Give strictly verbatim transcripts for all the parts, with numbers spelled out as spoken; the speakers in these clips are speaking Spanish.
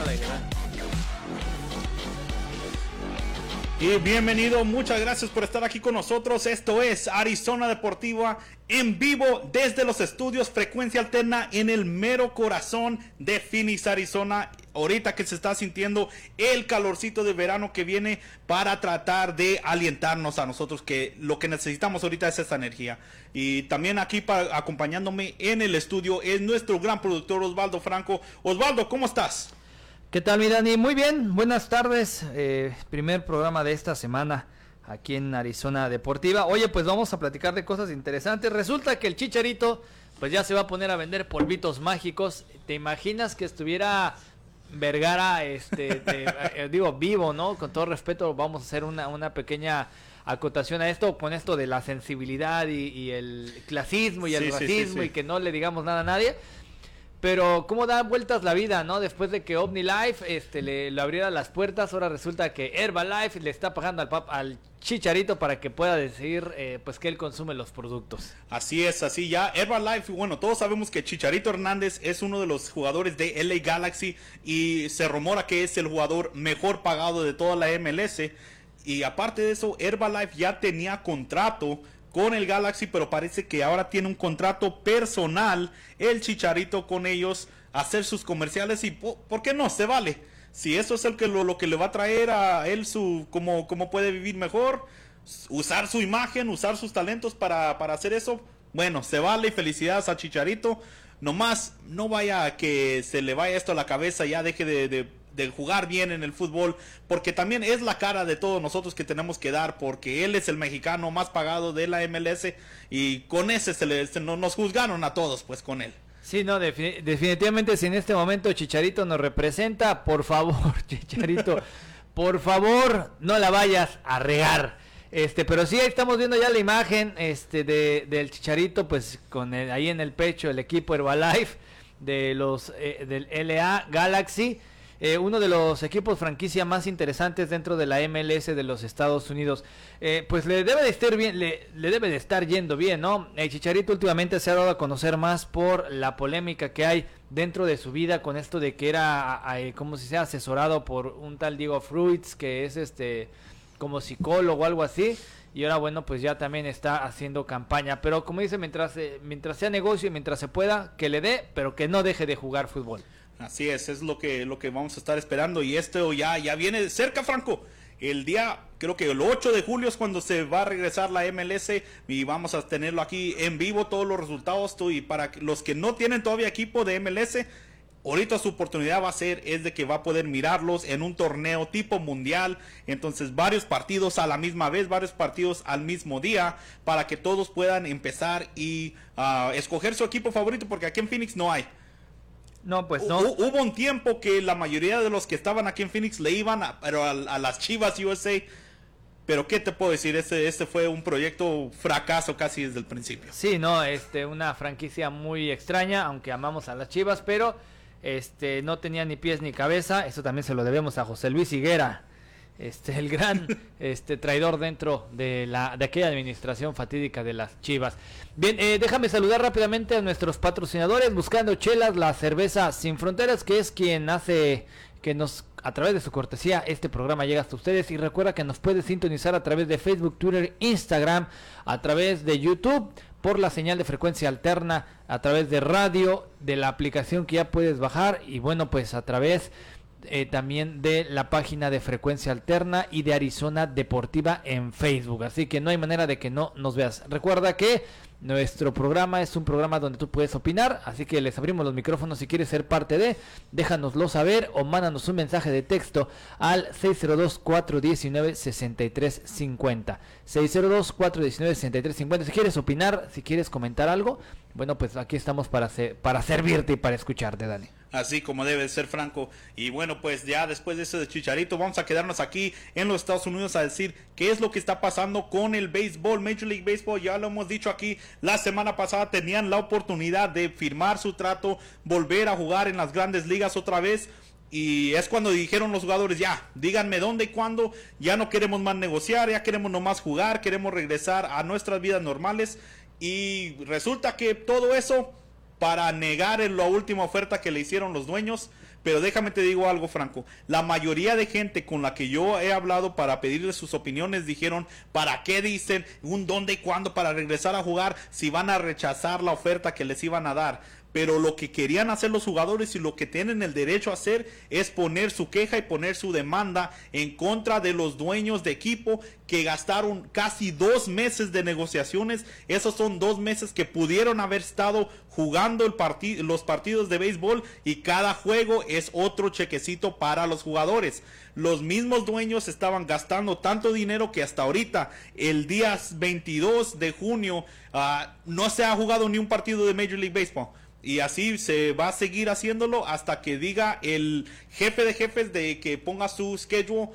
al aire, ¿verdad? Y bienvenido, muchas gracias por estar aquí con nosotros. Esto es Arizona Deportiva en vivo desde los estudios Frecuencia Alterna en el mero corazón de Phoenix, Arizona. Ahorita que se está sintiendo el calorcito de verano que viene para tratar de alientarnos a nosotros, que lo que necesitamos ahorita es esa energía. Y también aquí para, acompañándome en el estudio es nuestro gran productor Osvaldo Franco. Osvaldo, ¿cómo estás? ¿Qué tal, mi Dani? Muy bien, buenas tardes. Eh, primer programa de esta semana aquí en Arizona Deportiva. Oye, pues vamos a platicar de cosas interesantes. Resulta que el Chicharito pues ya se va a poner a vender polvitos mágicos. ¿Te imaginas que estuviera Vergara, este, de, eh, digo, vivo, ¿no? Con todo respeto, vamos a hacer una, una pequeña acotación a esto, con esto de la sensibilidad y, y el clasismo y el sí, racismo, sí, sí, sí. y que no le digamos nada a nadie. Pero cómo da vueltas la vida, ¿no? Después de que OmniLife este, le, le abriera las puertas, ahora resulta que Herbalife le está pagando al, pap, al Chicharito para que pueda decir eh, pues que él consume los productos. Así es, así ya. Herbalife, bueno, todos sabemos que Chicharito Hernández es uno de los jugadores de L A Galaxy y se rumora que es el jugador mejor pagado de toda la M L S. Y aparte de eso, Herbalife ya tenía contrato con el Galaxy, pero parece que ahora tiene un contrato personal el Chicharito con ellos, hacer sus comerciales y ¿por qué no? Se vale. Si eso es el que lo, lo que le va a traer a él su cómo, cómo puede vivir mejor, usar su imagen, usar sus talentos para, para hacer eso, bueno, se vale. Felicidades a Chicharito. Nomás no vaya a que se le vaya esto a la cabeza, ya deje de, de de jugar bien en el fútbol, porque también es la cara de todos nosotros que tenemos que dar, porque él es el mexicano más pagado de la M L S y con ese se le, se, no, nos juzgaron a todos pues con él. Sí, no, defini- definitivamente si en este momento Chicharito nos representa, por favor, Chicharito, por favor, no la vayas a regar. Este, pero sí, estamos viendo ya la imagen este de del Chicharito, pues con el, ahí en el pecho el equipo Herbalife de los eh, del L A Galaxy. Eh, uno de los equipos franquicia más interesantes dentro de la M L S de los Estados Unidos. Eh, pues le debe de estar bien, le, le debe de estar yendo bien, ¿no? El Chicharito últimamente se ha dado a conocer más por la polémica que hay dentro de su vida con esto de que era, como si sea, asesorado por un tal Diego Fruits, que es este como psicólogo o algo así. Y ahora, bueno, pues ya también está haciendo campaña. Pero como dice, mientras, eh, mientras sea negocio y mientras se pueda, que le dé, pero que no deje de jugar fútbol. Así es, es lo que, lo que vamos a estar esperando. Y esto ya, ya viene cerca, Franco. El día, creo que el ocho de julio es cuando se va a regresar la M L S. Y vamos a tenerlo aquí en vivo, todos los resultados. Y para los que no tienen todavía equipo de M L S, ahorita su oportunidad va a ser, es de que va a poder mirarlos en un torneo tipo mundial. Entonces varios partidos a la misma vez, varios partidos al mismo día, para que todos puedan empezar y uh, escoger su equipo favorito, porque aquí en Phoenix no hay. No, pues no. Hubo un tiempo que la mayoría de los que estaban aquí en Phoenix le iban a, pero a, a las Chivas U S A. Pero qué te puedo decir, este, este fue un proyecto fracaso casi desde el principio. Sí, no, este, una franquicia muy extraña, aunque amamos a las Chivas, pero este, no tenía ni pies ni cabeza. Eso también se lo debemos a José Luis Higuera, este, el gran este, traidor dentro de la de aquella administración fatídica de las Chivas. Bien, eh, déjame saludar rápidamente a nuestros patrocinadores, Buscando Chelas, la cerveza sin fronteras, que es quien hace que nos, a través de su cortesía, este programa llega hasta ustedes. Y recuerda que nos puedes sintonizar a través de Facebook, Twitter, Instagram, a través de YouTube, por la señal de Frecuencia Alterna, a través de radio, de la aplicación que ya puedes bajar, y bueno, pues a través Eh, también de la página de Frecuencia Alterna y de Arizona Deportiva en Facebook. Así que no hay manera de que no nos veas. Recuerda que nuestro programa es un programa donde tú puedes opinar, así que les abrimos los micrófonos. Si quieres ser parte de, déjanoslo saber o mándanos un mensaje de texto al seis cero dos, cuatro uno nueve, seis tres cinco cero. seis cero dos, cuatro uno nueve, seis tres cinco cero. Si quieres opinar, si quieres comentar algo, bueno, pues aquí estamos para, ser, para servirte y para escucharte, Dani. Así como debe ser, Franco. Y bueno, pues ya después de ese de Chicharito, vamos a quedarnos aquí en los Estados Unidos a decir qué es lo que está pasando con el béisbol. Major League Baseball, ya lo hemos dicho aquí, la semana pasada tenían la oportunidad de firmar su trato, volver a jugar en las grandes ligas otra vez. Y es cuando dijeron los jugadores, ya, díganme dónde y cuándo, ya no queremos más negociar, ya queremos nomás jugar, queremos regresar a nuestras vidas normales. Y resulta que todo eso para negar en la última oferta que le hicieron los dueños, Pero déjame te digo algo, Franco. La mayoría de gente con la que yo he hablado para pedirle sus opiniones dijeron, ¿para qué dicen un dónde y cuándo para regresar a jugar si van a rechazar la oferta que les iban a dar? Pero lo que querían hacer los jugadores y lo que tienen el derecho a hacer es poner su queja y poner su demanda en contra de los dueños de equipo que gastaron casi dos meses de negociaciones. Esos son dos meses que pudieron haber estado jugando el partido, los partidos de béisbol, y cada juego es otro chequecito para los jugadores. Los mismos dueños estaban gastando tanto dinero que hasta ahorita, el día veintidós de junio, uh, no se ha jugado ni un partido de Major League Baseball. Y así se va a seguir haciéndolo hasta que diga el jefe de jefes de que ponga su schedule.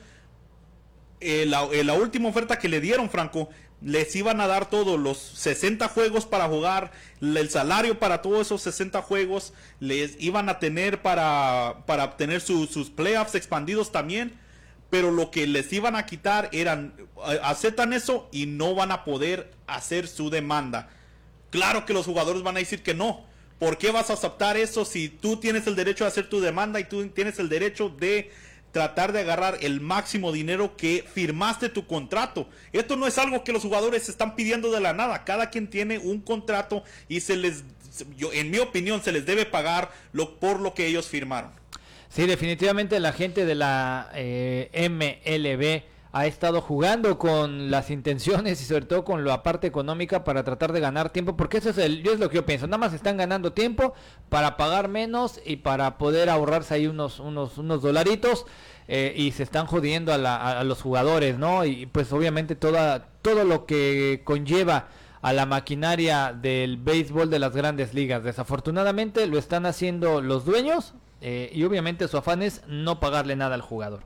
Eh, la, eh, la última oferta que le dieron, Franco, les iban a dar todos los sesenta juegos para jugar, el salario para todos esos sesenta juegos, les iban a tener para, para obtener su, sus playoffs expandidos también. Pero lo que les iban a quitar eran, aceptan eso y no van a poder hacer su demanda. Claro que los jugadores van a decir que no. ¿Por qué vas a aceptar eso si tú tienes el derecho de hacer tu demanda y tú tienes el derecho de tratar de agarrar el máximo dinero que firmaste tu contrato? Esto no es algo que los jugadores están pidiendo de la nada. Cada quien tiene un contrato y se les, yo, en mi opinión, se les debe pagar lo, por lo que ellos firmaron. Sí, definitivamente la gente de la eh, M L B ha estado jugando con las intenciones y sobre todo con la parte económica para tratar de ganar tiempo, porque eso es, el, yo es lo que yo pienso, nada más están ganando tiempo para pagar menos y para poder ahorrarse ahí unos unos unos dolaritos, eh, y se están jodiendo a, la, a, a los jugadores, ¿no? Y pues obviamente toda todo lo que conlleva a la maquinaria del béisbol de las grandes ligas. Desafortunadamente lo están haciendo los dueños, eh, y obviamente su afán es no pagarle nada al jugador.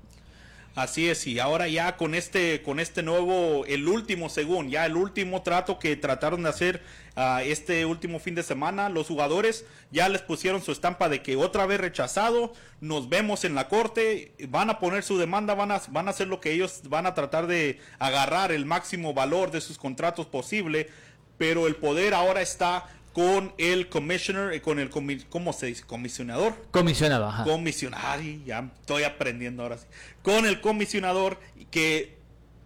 Así es, y ahora ya con este con este nuevo, el último según, ya el último trato que trataron de hacer uh, este último fin de semana, los jugadores ya les pusieron su estampa de que otra vez rechazado, nos vemos en la corte, van a poner su demanda, van a, van a hacer lo que ellos van a tratar de agarrar el máximo valor de sus contratos posible, pero el poder ahora está con el commissioner, con el, comi ¿cómo se dice? Comisionador. Comisionado, ajá. Comisionado, ya estoy aprendiendo ahora sí. Con el comisionador que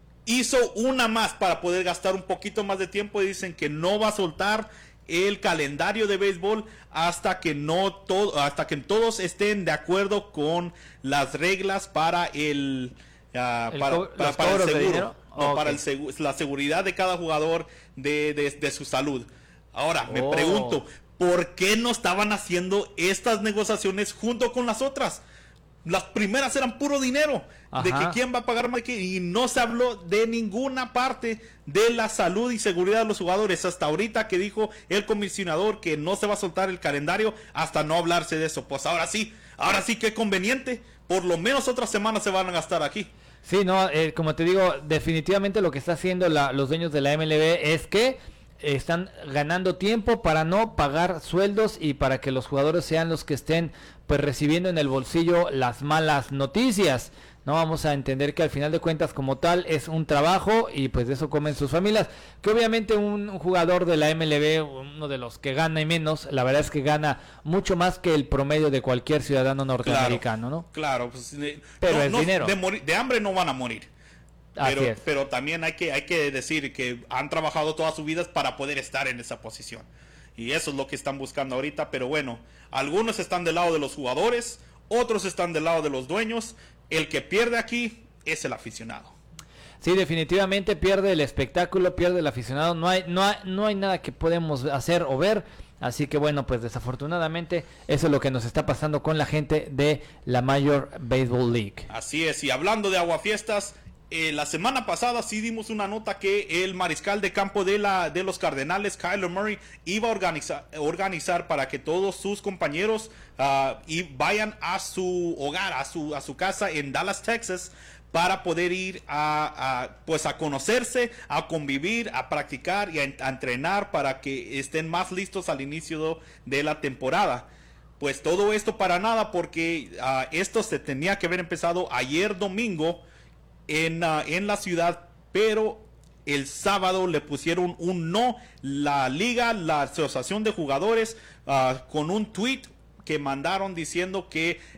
hizo una más para poder gastar un poquito más de tiempo y dicen que no va a soltar el calendario de béisbol hasta que no todo, hasta que todos estén de acuerdo con las reglas para el, uh, el para, para, para el seguro, no, okay. para el segu la seguridad de cada jugador de, de, de su salud. Ahora, me oh. pregunto, ¿por qué no estaban haciendo estas negociaciones junto con las otras? Las primeras eran puro dinero, ajá, de que quién va a pagar más, y no se habló de ninguna parte de la salud y seguridad de los jugadores. Hasta ahorita que dijo el comisionador que no se va a soltar el calendario hasta no hablarse de eso. Pues ahora sí, ahora sí que conveniente, por lo menos otras semanas se van a gastar aquí. Sí, no, eh, como te digo, definitivamente lo que está haciendo la, los dueños de la M L B es que están ganando tiempo para no pagar sueldos y para que los jugadores sean los que estén pues recibiendo en el bolsillo las malas noticias. No vamos a entender que al final de cuentas como tal es un trabajo y pues de eso comen sus familias, que obviamente un, un jugador de la M L B, uno de los que gana y menos, la verdad es que gana mucho más que el promedio de cualquier ciudadano norteamericano, claro, ¿no? Claro, pues, eh, pero no, es no, dinero. De, morir, de hambre no van a morir. Pero, Así es. pero también hay que, hay que decir que han trabajado todas sus vidas para poder estar en esa posición. Y eso es lo que están buscando ahorita. Pero bueno, algunos están del lado de los jugadores, otros están del lado de los dueños. El que pierde aquí es el aficionado. Sí, definitivamente pierde el espectáculo, pierde el aficionado. No hay, no hay, no hay nada que podemos hacer o ver. Así que bueno, pues desafortunadamente eso es lo que nos está pasando con la gente de la Major Baseball League. Así es, y hablando de aguafiestas, Eh, la semana pasada sí dimos una nota que el mariscal de campo de, la, de los Cardenales, Kyler Murray, iba a organizar, organizar para que todos sus compañeros uh, y vayan a su hogar, a su, a su casa en Dallas, Texas, para poder ir a, a, pues a conocerse, a convivir, a practicar y a, a entrenar para que estén más listos al inicio de la temporada. Pues todo esto para nada, porque uh, esto se tenía que haber empezado ayer domingo En, uh, en la ciudad, pero el sábado le pusieron un no. La liga, la asociación de jugadores, uh, con un tweet que mandaron diciendo que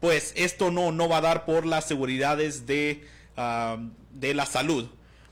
pues esto no, no va a dar por las seguridades de, uh, de la salud.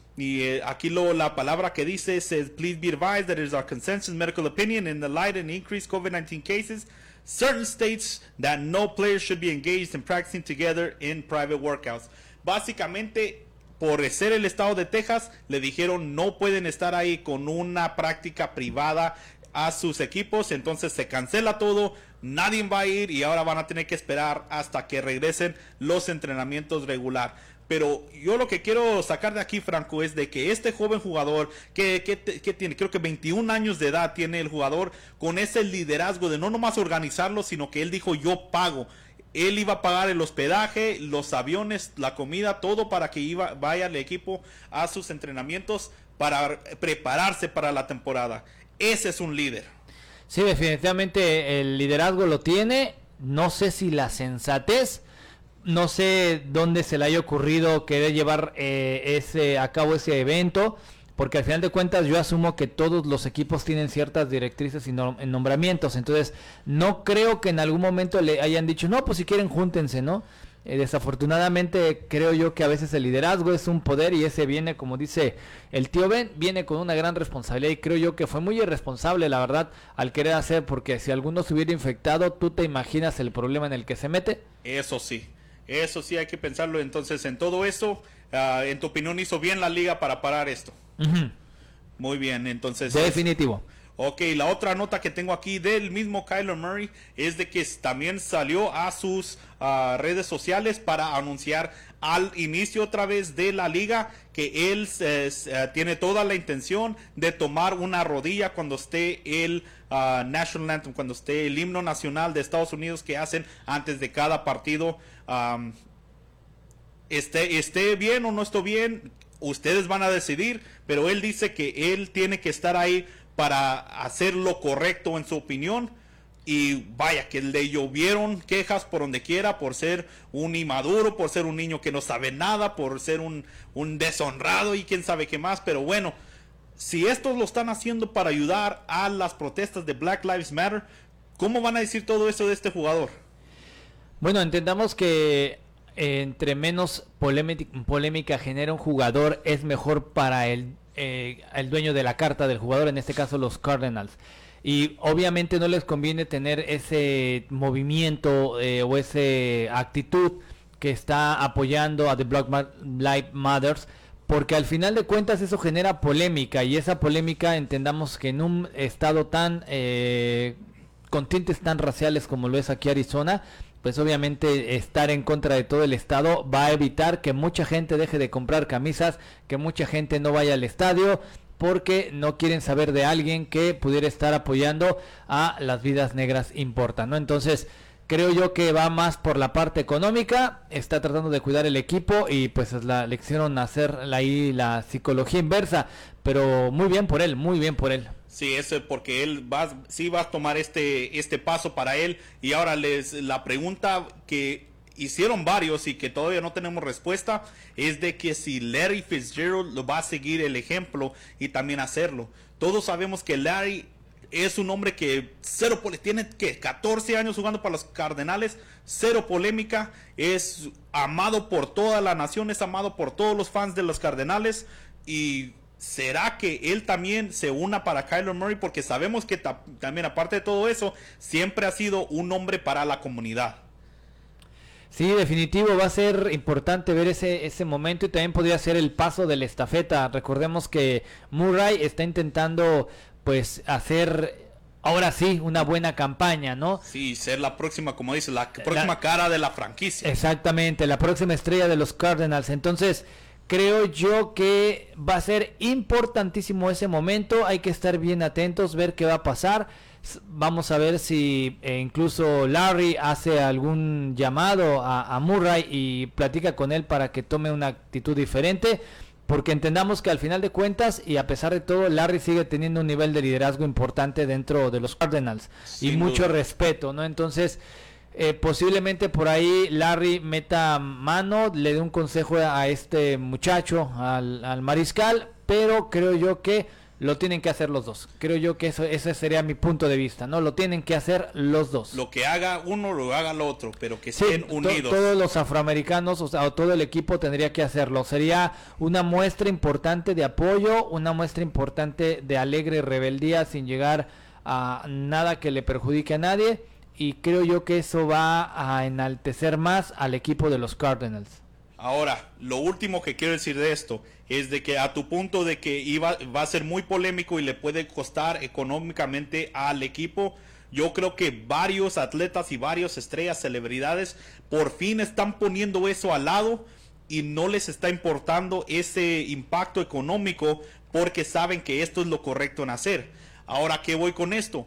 Y eh, aquí lo, la palabra que dice says, please be advised that it is our consensus medical opinion in the light of increased COVID nineteen cases, certain states that no players should be engaged in practicing together in private workouts. Básicamente, por ser el estado de Texas, le dijeron no pueden estar ahí con una práctica privada a sus equipos, entonces se cancela todo, nadie va a ir y ahora van a tener que esperar hasta que regresen los entrenamientos regular. Pero yo lo que quiero sacar de aquí, Franco, es de que este joven jugador, que, que, que tiene, creo que veintiún años de edad tiene el jugador, con ese liderazgo de no nomás organizarlo, sino que él dijo yo pago. Él iba a pagar el hospedaje, los aviones, la comida, todo para que iba, vaya el equipo a sus entrenamientos para prepararse para la temporada. Ese es un líder. Sí, definitivamente el liderazgo lo tiene. No sé si la sensatez... No sé dónde se le haya ocurrido querer llevar eh, ese a cabo ese evento, porque al final de cuentas yo asumo que todos los equipos tienen ciertas directrices y nom- nombramientos, entonces no creo que en algún momento le hayan dicho, no, pues si quieren júntense, ¿no? Eh, desafortunadamente creo yo que a veces el liderazgo es un poder y ese viene, como dice el tío Ben, viene con una gran responsabilidad y creo yo que fue muy irresponsable, la verdad, al querer hacer, porque si alguno se hubiera infectado, ¿tú te imaginas el problema en el que se mete? Eso sí. Eso sí hay que pensarlo. Entonces, en todo eso, uh, en tu opinión, ¿hizo bien la liga para parar esto? Uh-huh. Muy bien, entonces... Definitivo. Es... Ok, la otra nota que tengo aquí del mismo Kyler Murray es de que también salió a sus uh, redes sociales para anunciar al inicio otra vez de la liga que él eh, tiene toda la intención de tomar una rodilla cuando esté el uh, National Anthem, cuando esté el himno nacional de Estados Unidos que hacen antes de cada partido. Um, esté, esté bien o no esté bien, ustedes van a decidir, pero él dice que él tiene que estar ahí para hacer lo correcto en su opinión. Y vaya, que le llovieron quejas por donde quiera por ser un inmaduro, por ser un niño que no sabe nada, por ser un, un deshonrado y quién sabe qué más. Pero bueno, si estos lo están haciendo para ayudar a las protestas de Black Lives Matter, ¿cómo van a decir todo eso de este jugador? Bueno, entendamos que eh, entre menos polémica, polémica genera un jugador, es mejor para el, eh, el dueño de la carta del jugador, en este caso los Cardinals. Y obviamente no les conviene tener ese movimiento eh, o esa actitud que está apoyando a The Black Lives Matter, porque al final de cuentas eso genera polémica, y esa polémica entendamos que en un estado tan eh, con tintes tan raciales como lo es aquí Arizona, pues obviamente estar en contra de todo el estado va a evitar que mucha gente deje de comprar camisas, que mucha gente no vaya al estadio, porque no quieren saber de alguien que pudiera estar apoyando a las vidas negras importan, ¿no? Entonces, creo yo que va más por la parte económica, está tratando de cuidar el equipo y pues la, le hicieron hacer ahí la psicología inversa, pero muy bien por él, muy bien por él. Sí, eso es porque él va, sí va a tomar este, este paso para él. Y ahora les la pregunta que hicieron varios y que todavía no tenemos respuesta es de que si Larry Fitzgerald lo va a seguir el ejemplo y también hacerlo. Todos sabemos que Larry es un hombre que cero tiene que catorce años jugando para los Cardenales, cero polémica, es amado por toda la nación, es amado por todos los fans de los Cardenales. Y ¿será que él también se una para Kyler Murray? Porque sabemos que ta- también aparte de todo eso, siempre ha sido un hombre para la comunidad. Sí, definitivo, va a ser importante ver ese ese momento y también podría ser el paso de la estafeta. Recordemos que Murray está intentando pues hacer ahora sí una buena campaña, ¿no? Sí, ser la próxima, como dice, la próxima la, cara de la franquicia. Exactamente, la próxima estrella de los Cardinals. Entonces, creo yo que va a ser importantísimo ese momento. Hay que estar bien atentos, ver qué va a pasar. Vamos a ver si eh, incluso Larry hace algún llamado a, a Murray y platica con él para que tome una actitud diferente, porque entendamos que al final de cuentas y a pesar de todo Larry sigue teniendo un nivel de liderazgo importante dentro de los Cardinals y mucho respeto, ¿no? Entonces eh, posiblemente por ahí Larry meta mano, le dé un consejo a este muchacho, al, al mariscal, pero creo yo que lo tienen que hacer los dos. Creo yo que eso ese sería mi punto de vista, ¿no? Lo tienen que hacer los dos. Lo que haga uno, lo haga el otro, pero que sí, estén to- unidos. Todos los afroamericanos, o sea, o todo el equipo tendría que hacerlo. Sería una muestra importante de apoyo, una muestra importante de alegre rebeldía sin llegar a nada que le perjudique a nadie. Y creo yo que eso va a enaltecer más al equipo de los Cardinals. Ahora, lo último que quiero decir de esto es de que a tu punto de que iba, va a ser muy polémico y le puede costar económicamente al equipo, yo creo que varios atletas y varias estrellas, celebridades, por fin están poniendo eso al lado y no les está importando ese impacto económico porque saben que esto es lo correcto en hacer. Ahora, ¿qué voy con esto?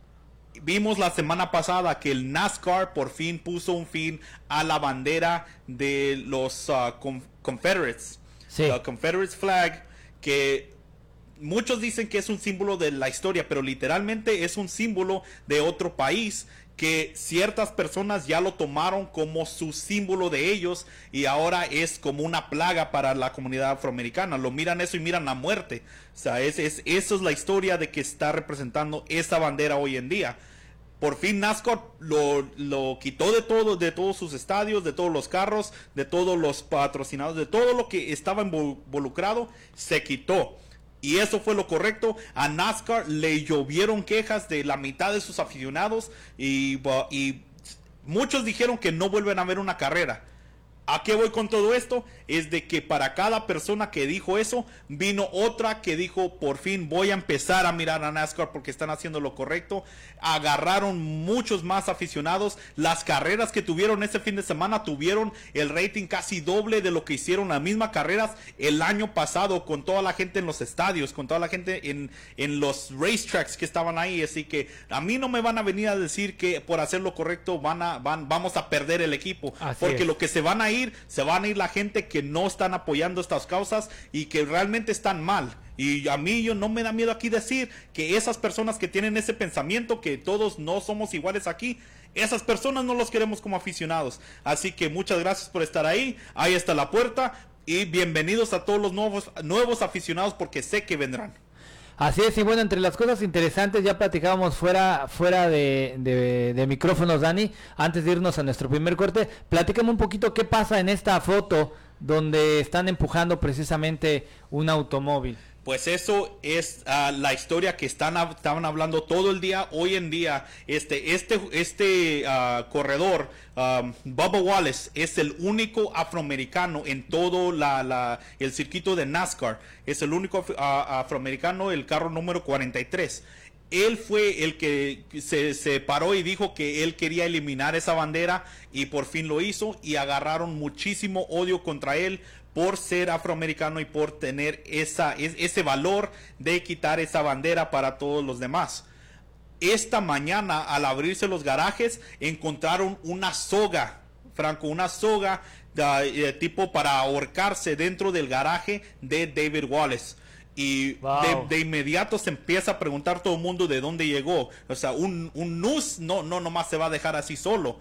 Vimos la semana pasada que el NASCAR por fin puso un fin a la bandera de los uh, con Confederates. Sí. La Confederates flag, que muchos dicen que es un símbolo de la historia, pero literalmente es un símbolo de otro país que ciertas personas ya lo tomaron como su símbolo de ellos y ahora es como una plaga para la comunidad afroamericana. Lo miran eso y miran la muerte. O sea, es, es, eso es la historia de que está representando esa bandera hoy en día. Por fin NASCAR lo, lo quitó de todo, de todos sus estadios, de todos los carros, de todos los patrocinados, de todo lo que estaba involucrado, se quitó. Y eso fue lo correcto. A NASCAR le llovieron quejas de la mitad de sus aficionados y, y muchos dijeron que no vuelven a ver una carrera. ¿A qué voy con todo esto? Es de que para cada persona que dijo eso, vino otra que dijo, por fin voy a empezar a mirar a NASCAR porque están haciendo lo correcto. Agarraron muchos más aficionados. Las carreras que tuvieron ese fin de semana tuvieron el rating casi doble de lo que hicieron las mismas carreras el año pasado, con toda la gente en los estadios, con toda la gente en, en los racetracks que estaban ahí. Así que a mí no me van a venir a decir que por hacer lo correcto van a, van, vamos a perder el equipo. Así porque es. lo que se van a ir, se van a ir la gente que no están apoyando estas causas y que realmente están mal. Y a mí yo no me da miedo aquí decir que esas personas que tienen ese pensamiento que todos no somos iguales aquí, esas personas no los queremos como aficionados. Así que muchas gracias por estar ahí. Ahí está la puerta y bienvenidos a todos los nuevos nuevos aficionados porque sé que vendrán. Así es, y bueno, entre las cosas interesantes ya platicábamos fuera fuera de, de, de micrófonos, Dani, antes de irnos a nuestro primer corte, platícame un poquito qué pasa en esta foto donde están empujando precisamente un automóvil. Pues eso es uh, la historia que están estaban hablando todo el día hoy en día. Este este este uh, corredor um, Bubba Wallace es el único afroamericano en todo la, la el circuito de NASCAR. Es el único uh, afroamericano, el carro número cuarenta y tres. Él fue el que se, se paró y dijo que él quería eliminar esa bandera y por fin lo hizo y agarraron muchísimo odio contra él por ser afroamericano y por tener esa, ese valor de quitar esa bandera para todos los demás. Esta mañana, al abrirse los garajes, encontraron una soga, Franco, una soga de, de tipo para ahorcarse dentro del garaje de David Wallace. Y wow. de, de inmediato se empieza a preguntar todo el mundo de dónde llegó. O sea, un, un nus no, no nomás se va a dejar así solo.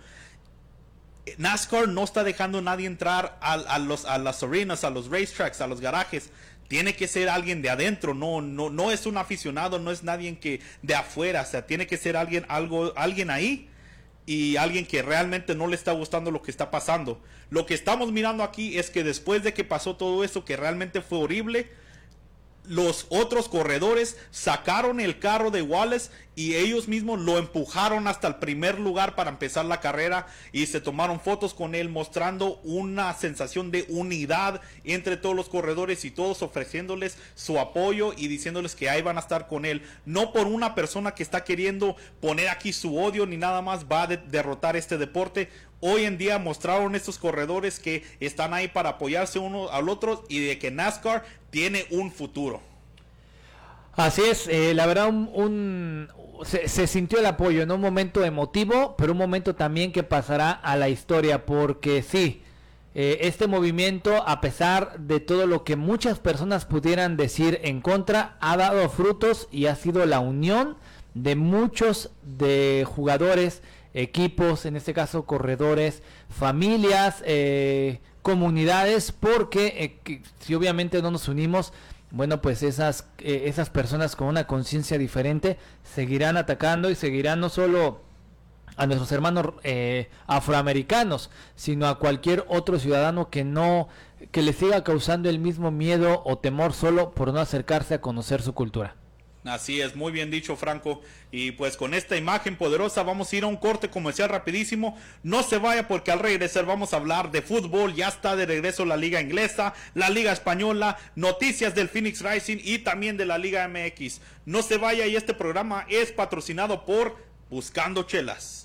NASCAR no está dejando a nadie entrar a, a, los, a las arenas, a los racetracks, a los garajes. Tiene que ser alguien de adentro, no, no, no es un aficionado, no es nadie que de afuera. O sea, tiene que ser alguien, algo, alguien ahí y alguien que realmente no le está gustando lo que está pasando. Lo que estamos mirando aquí es que después de que pasó todo eso, que realmente fue horrible, los otros corredores sacaron el carro de Wallace y ellos mismos lo empujaron hasta el primer lugar para empezar la carrera y se tomaron fotos con él mostrando una sensación de unidad entre todos los corredores y todos ofreciéndoles su apoyo y diciéndoles que ahí van a estar con él. No por una persona que está queriendo poner aquí su odio ni nada más va a de- derrotar este deporte. Hoy en día mostraron estos corredores que están ahí para apoyarse uno al otro y de que NASCAR tiene un futuro. Así es, eh, la verdad un, un se, se sintió el apoyo en un momento emotivo, pero un momento también que pasará a la historia, porque sí, eh, este movimiento, a pesar de todo lo que muchas personas pudieran decir en contra, ha dado frutos y ha sido la unión de muchos de jugadores, equipos, en este caso corredores, familias, eh, comunidades, porque eh, que, si obviamente no nos unimos, bueno, pues esas, eh, esas personas con una conciencia diferente seguirán atacando y seguirán no solo a nuestros hermanos eh, afroamericanos, sino a cualquier otro ciudadano que no, que le siga causando el mismo miedo o temor solo por no acercarse a conocer su cultura. Así es, muy bien dicho, Franco. Y pues con esta imagen poderosa vamos a ir a un corte comercial rapidísimo. No se vaya porque al regresar vamos a hablar de fútbol. Ya está de regreso la Liga Inglesa, la Liga Española, noticias del Phoenix Rising y también de la Liga M X. No se vaya, y este programa es patrocinado por Buscando Chelas.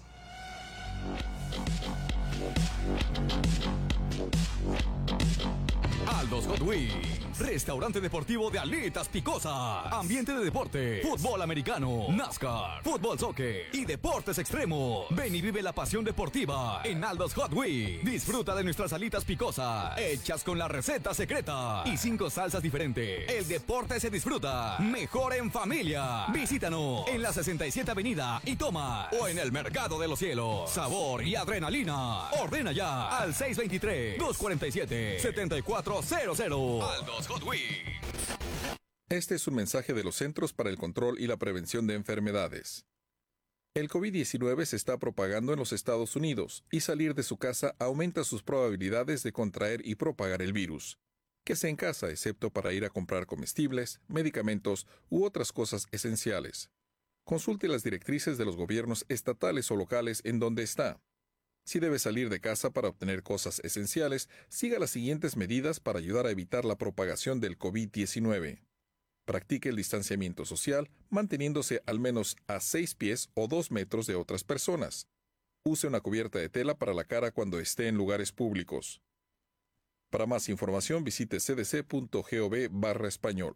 Aldo's Hot Wings, restaurante deportivo de alitas picosas, ambiente de deporte, fútbol americano, NASCAR, fútbol soccer y deportes extremos. Ven y vive la pasión deportiva en Aldo's Hot Wings. Disfruta de nuestras alitas picosas, hechas con la receta secreta y cinco salsas diferentes. El deporte se disfruta mejor en familia. Visítanos en la sesenta y siete Avenida y Toma, o en el Mercado de los Cielos. Sabor y adrenalina. Ordena ya al seis dos tres, dos cuatro siete, siete cuatro cero cero. Aldo's Hot Wings. Este es un mensaje de los Centros para el Control y la Prevención de Enfermedades. El COVID diecinueve se está propagando en los Estados Unidos y salir de su casa aumenta sus probabilidades de contraer y propagar el virus. Quédese en casa excepto para ir a comprar comestibles, medicamentos u otras cosas esenciales. Consulte las directrices de los gobiernos estatales o locales en donde está. Si debe salir de casa para obtener cosas esenciales, siga las siguientes medidas para ayudar a evitar la propagación del COVID diecinueve. Practique el distanciamiento social, manteniéndose al menos a seis pies o dos metros de otras personas. Use una cubierta de tela para la cara cuando esté en lugares públicos. Para más información visite c d c punto gov barra español.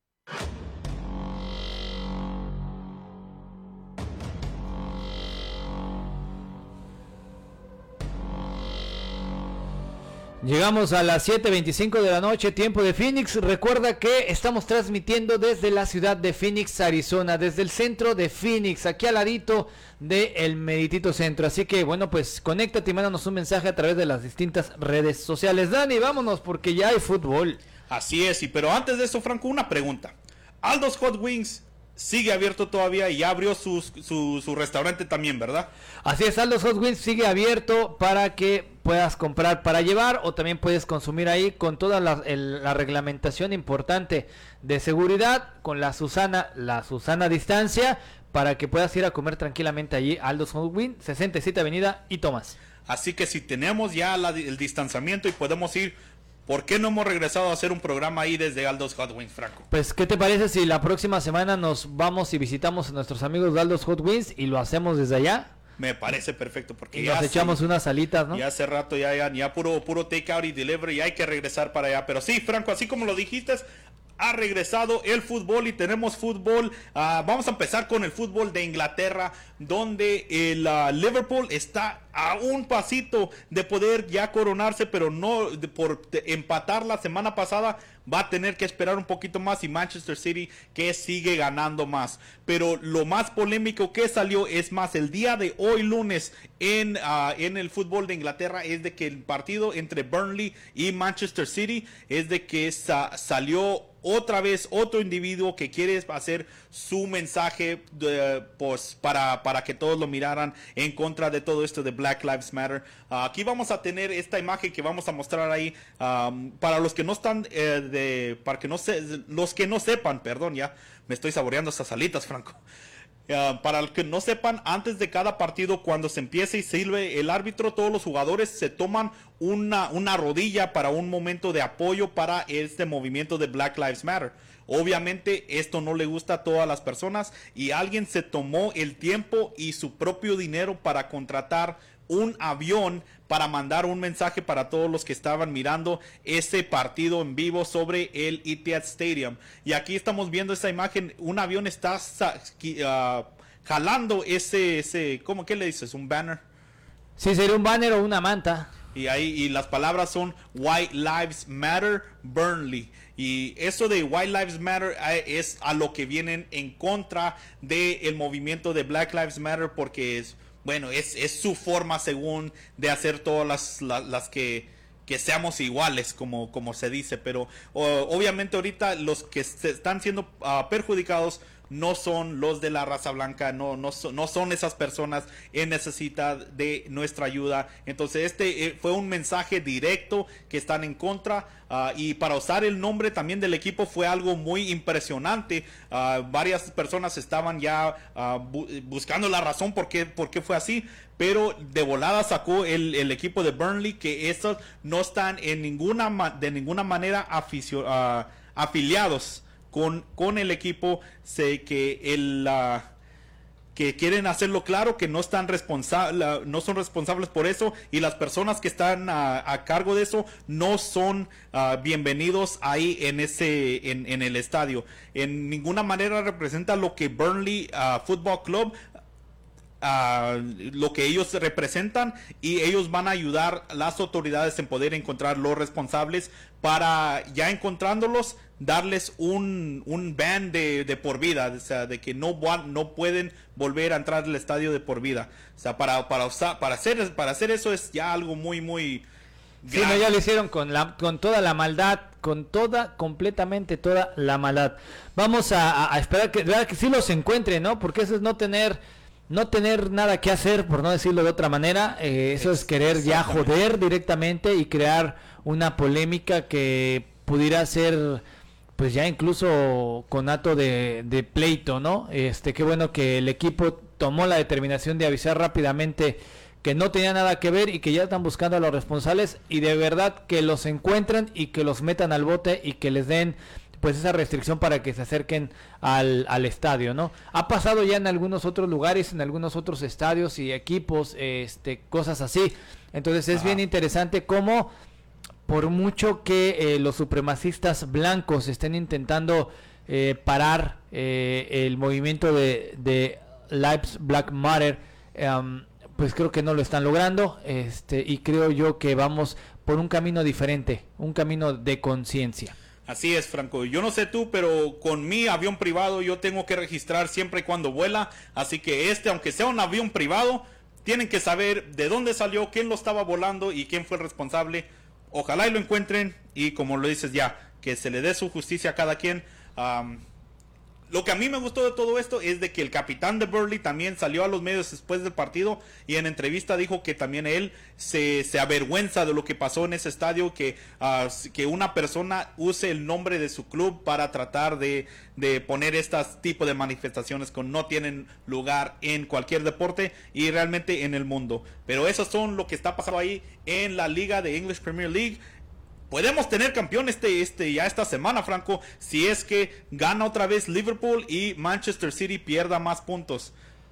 Llegamos a las siete veinticinco de la noche, tiempo de Phoenix. Recuerda que estamos transmitiendo desde la ciudad de Phoenix, Arizona, desde el centro de Phoenix, aquí al ladito del Meritito Centro. Así que, bueno, pues conéctate y mándanos un mensaje a través de las distintas redes sociales. Dani, vámonos porque ya hay fútbol. Así es, y pero antes de eso, Franco, una pregunta. Aldo's Hot Wings sigue abierto todavía y ya abrió su, su, su restaurante también, ¿verdad? Así es, Aldo's Hot Wings sigue abierto para que puedas comprar para llevar o también puedes consumir ahí con toda la, el, la reglamentación importante de seguridad, con la Susana, la Susana distancia, para que puedas ir a comer tranquilamente allí. Aldo's Hot Wings, sesenta y siete Avenida y Tomás. Así que si tenemos ya la, el distanciamiento y podemos ir, ¿por qué no hemos regresado a hacer un programa ahí desde Aldo's Hot Wings, Franco? Pues, ¿qué te parece si la próxima semana nos vamos y visitamos a nuestros amigos de Aldo's Hot Wings y lo hacemos desde allá? Me parece perfecto porque y ya nos echamos sí, unas alitas, ¿no? Ya hace rato ya, ya, ya puro, puro take out y delivery, y hay que regresar para allá. Pero sí, Franco, así como lo dijiste, ha regresado el fútbol y tenemos fútbol. Uh, vamos a empezar con el fútbol de Inglaterra, donde el uh, Liverpool está a un pasito de poder ya coronarse, pero no de, por de, empatar la semana pasada. Va a tener que esperar un poquito más, y Manchester City que sigue ganando más. Pero lo más polémico que salió es más el día de hoy lunes en, uh, en el fútbol de Inglaterra es de que el partido entre Burnley y Manchester City es de que sa- salió otra vez otro individuo que quiere hacer su mensaje de, pues, para, para que todos lo miraran en contra de todo esto de Black Lives Matter. Uh, aquí vamos a tener esta imagen que vamos a mostrar ahí um, para los que no están eh, de, para que no se, los que no sepan, perdón, ya me estoy saboreando estas alitas, Franco. Uh, para los que no sepan, antes de cada partido, cuando se empiece y sirve el árbitro, todos los jugadores se toman una, una rodilla para un momento de apoyo para este movimiento de Black Lives Matter. Obviamente esto no le gusta a todas las personas y alguien se tomó el tiempo y su propio dinero para contratar un avión para mandar un mensaje para todos los que estaban mirando ese partido en vivo sobre el Etihad Stadium. Y aquí estamos viendo esa imagen, un avión está uh, jalando ese, ese, ¿cómo que le dices? ¿Un banner? Sí, sería un banner o una manta. Y ahí y las palabras son White Lives Matter Burnley. Y eso de White Lives Matter eh, es a lo que vienen en contra del movimiento de Black Lives Matter, porque es, bueno, es, es su forma según de hacer todas las, las, las que que seamos iguales, como, como se dice, pero o, obviamente ahorita los que se están siendo uh, perjudicados no son los de la raza blanca, no, no, so, no son esas personas en necesidad de nuestra ayuda. Entonces este eh, fue un mensaje directo que están en contra, uh, y para usar el nombre también del equipo fue algo muy impresionante. Uh, varias personas estaban ya uh, bu buscando la razón por qué, por qué fue así, pero de volada sacó el, el equipo de Burnley que estos no están en ninguna de ninguna manera aficio, uh, afiliados Con, con el equipo, sé que el uh, que quieren hacerlo claro que no están responsables, no son responsables por eso, y las personas que están uh, a cargo de eso no son uh, bienvenidos ahí en ese en, en el estadio. En ninguna manera representa lo que Burnley uh, Football Club, Uh, lo que ellos representan, y ellos van a ayudar a las autoridades en poder encontrar los responsables para, ya encontrándolos, darles un, un ban de, de por vida, o sea, de que no, no pueden volver a entrar al estadio de por vida. O sea, para, para, usar, para, hacer, para hacer eso es ya algo muy, muy Sí, no, ya lo hicieron con, la, con toda la maldad, con toda, completamente toda la maldad. Vamos a, a esperar que, verdad, que sí los encuentren, ¿no? Porque eso es no tener... No tener nada que hacer, por no decirlo de otra manera, eh, eso es querer ya joder directamente y crear una polémica que pudiera ser, pues ya incluso conato de, de pleito, ¿no? Este, qué bueno que el equipo tomó la determinación de avisar rápidamente que no tenía nada que ver y que ya están buscando a los responsables, y de verdad que los encuentren y que los metan al bote y que les den pues esa restricción para que se acerquen al, al estadio, ¿no? Ha pasado ya en algunos otros lugares, en algunos otros estadios y equipos, este, cosas así. Entonces es Ajá. bien interesante cómo, por mucho que eh, los supremacistas blancos estén intentando eh, parar eh, el movimiento de, de Lives Black Matter, um, pues creo que no lo están logrando, este, y creo yo que vamos por un camino diferente, un camino de conciencia. Así es, Franco. Yo no sé tú, pero con mi avión privado yo tengo que registrar siempre y cuando vuela. Así que este, aunque sea un avión privado, tienen que saber de dónde salió, quién lo estaba volando y quién fue el responsable. Ojalá y lo encuentren, y como lo dices ya, que se le dé su justicia a cada quien. Um, Lo que a mí me gustó de todo esto es de que el capitán de Burnley también salió a los medios después del partido y en entrevista dijo que también él se, se avergüenza de lo que pasó en ese estadio, que, uh, que una persona use el nombre de su club para tratar de, de poner estos tipos de manifestaciones que no tienen lugar en cualquier deporte y realmente en el mundo. Pero eso son lo que está pasando ahí en la liga de English Premier League. Podemos tener campeón este, este, ya esta semana, Franco, si es que gana otra vez Liverpool y Manchester City pierda más puntos.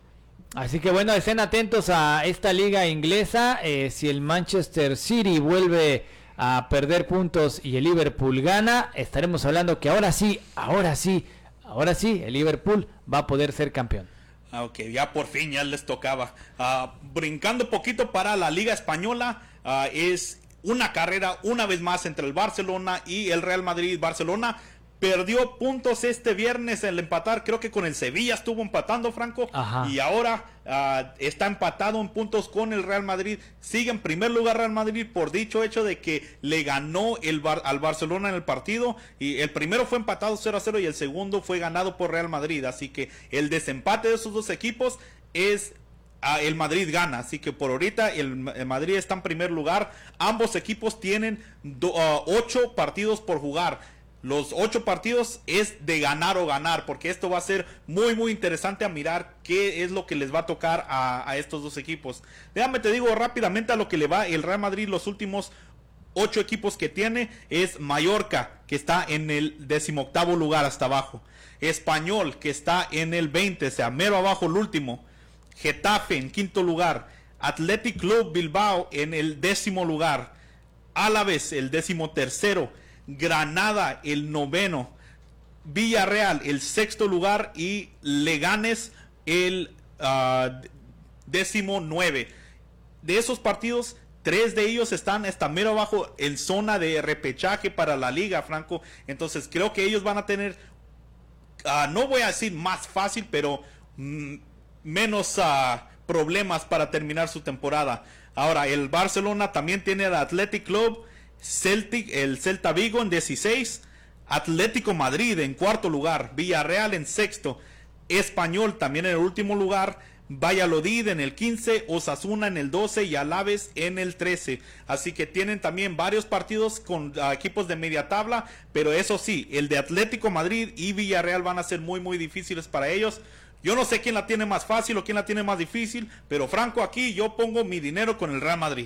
Así que bueno, estén atentos a esta liga inglesa. Eh, si el Manchester City vuelve a perder puntos y el Liverpool gana, estaremos hablando que ahora sí, ahora sí, ahora sí, el Liverpool va a poder ser campeón. Ok, ya por fin ya les tocaba. Uh, brincando poquito para la Liga Española, uh, es... una carrera una vez más entre el Barcelona y el Real Madrid. Barcelona perdió puntos este viernes al empatar, creo que con el Sevilla estuvo empatando, Franco. Ajá. Y ahora uh, está empatado en puntos con el Real Madrid. Sigue en primer lugar Real Madrid por dicho hecho de que le ganó el Bar al Barcelona en el partido. Y el primero fue empatado cero a cero y el segundo fue ganado por Real Madrid. Así que el desempate de esos dos equipos es... Uh, el Madrid gana, así que por ahorita el, el Madrid está en primer lugar. Ambos equipos tienen do, uh, ocho partidos por jugar. Los ocho partidos es de ganar o ganar, porque esto va a ser muy muy interesante a mirar qué es lo que les va a tocar a, a estos dos equipos. Déjame te digo rápidamente a lo que le va el Real Madrid. Los últimos ocho equipos que tiene es Mallorca, que está en el decimoctavo lugar hasta abajo. Español, que está en el veinte, o sea, mero abajo el último. Getafe en quinto lugar, Athletic Club Bilbao en el décimo lugar, Alavés el décimo tercero, Granada el noveno, Villarreal el sexto lugar y Leganes el uh, décimo nueve. De esos partidos, tres de ellos están hasta mero abajo en zona de repechaje para la liga, Franco. Entonces creo que ellos van a tener, uh, no voy a decir más fácil, pero... Mm, menos uh, problemas para terminar su temporada. Ahora el Barcelona también tiene el Athletic Club Celtic, el Celta Vigo en dieciséis, Atlético Madrid en cuarto lugar, Villarreal en sexto, Español también en el último lugar, Valladolid en el quince, Osasuna en el doce y Alaves en el trece. Así que tienen también varios partidos con uh, equipos de media tabla, pero eso sí, el de Atlético Madrid y Villarreal van a ser muy muy difíciles para ellos. Yo no sé quién la tiene más fácil o quién la tiene más difícil, pero Franco, aquí yo pongo mi dinero con el Real Madrid.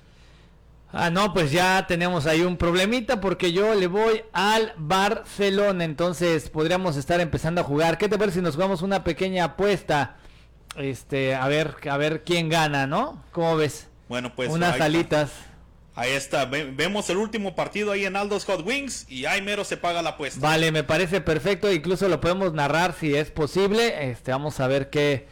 Ah, no, pues ya tenemos ahí un problemita porque yo le voy al Barcelona, entonces podríamos estar empezando a jugar. ¿Qué te parece si nos jugamos una pequeña apuesta? Este, a ver, a ver quién gana, ¿no? ¿Cómo ves? Bueno, pues unas ahí alitas. Está. Ahí está, Ve- vemos el último partido ahí en Aldo's Hot Wings y ahí mero se paga la apuesta. Vale, me parece perfecto, incluso lo podemos narrar si es posible. Este, vamos a ver qué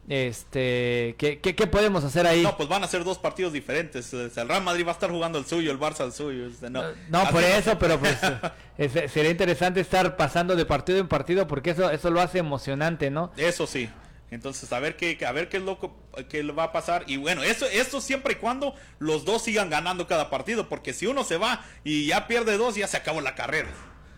este qué, qué, qué podemos hacer ahí. No, pues van a ser dos partidos diferentes. El Real Madrid va a estar jugando el suyo, el Barça el suyo. Este, no, no por eso, pero pues es, sería interesante estar pasando de partido en partido porque eso eso lo hace emocionante, ¿no? Eso sí. Entonces, a ver qué, a ver qué es lo que va a pasar. Y bueno, eso, eso siempre y cuando los dos sigan ganando cada partido. Porque si uno se va y ya pierde dos, ya se acabó la carrera.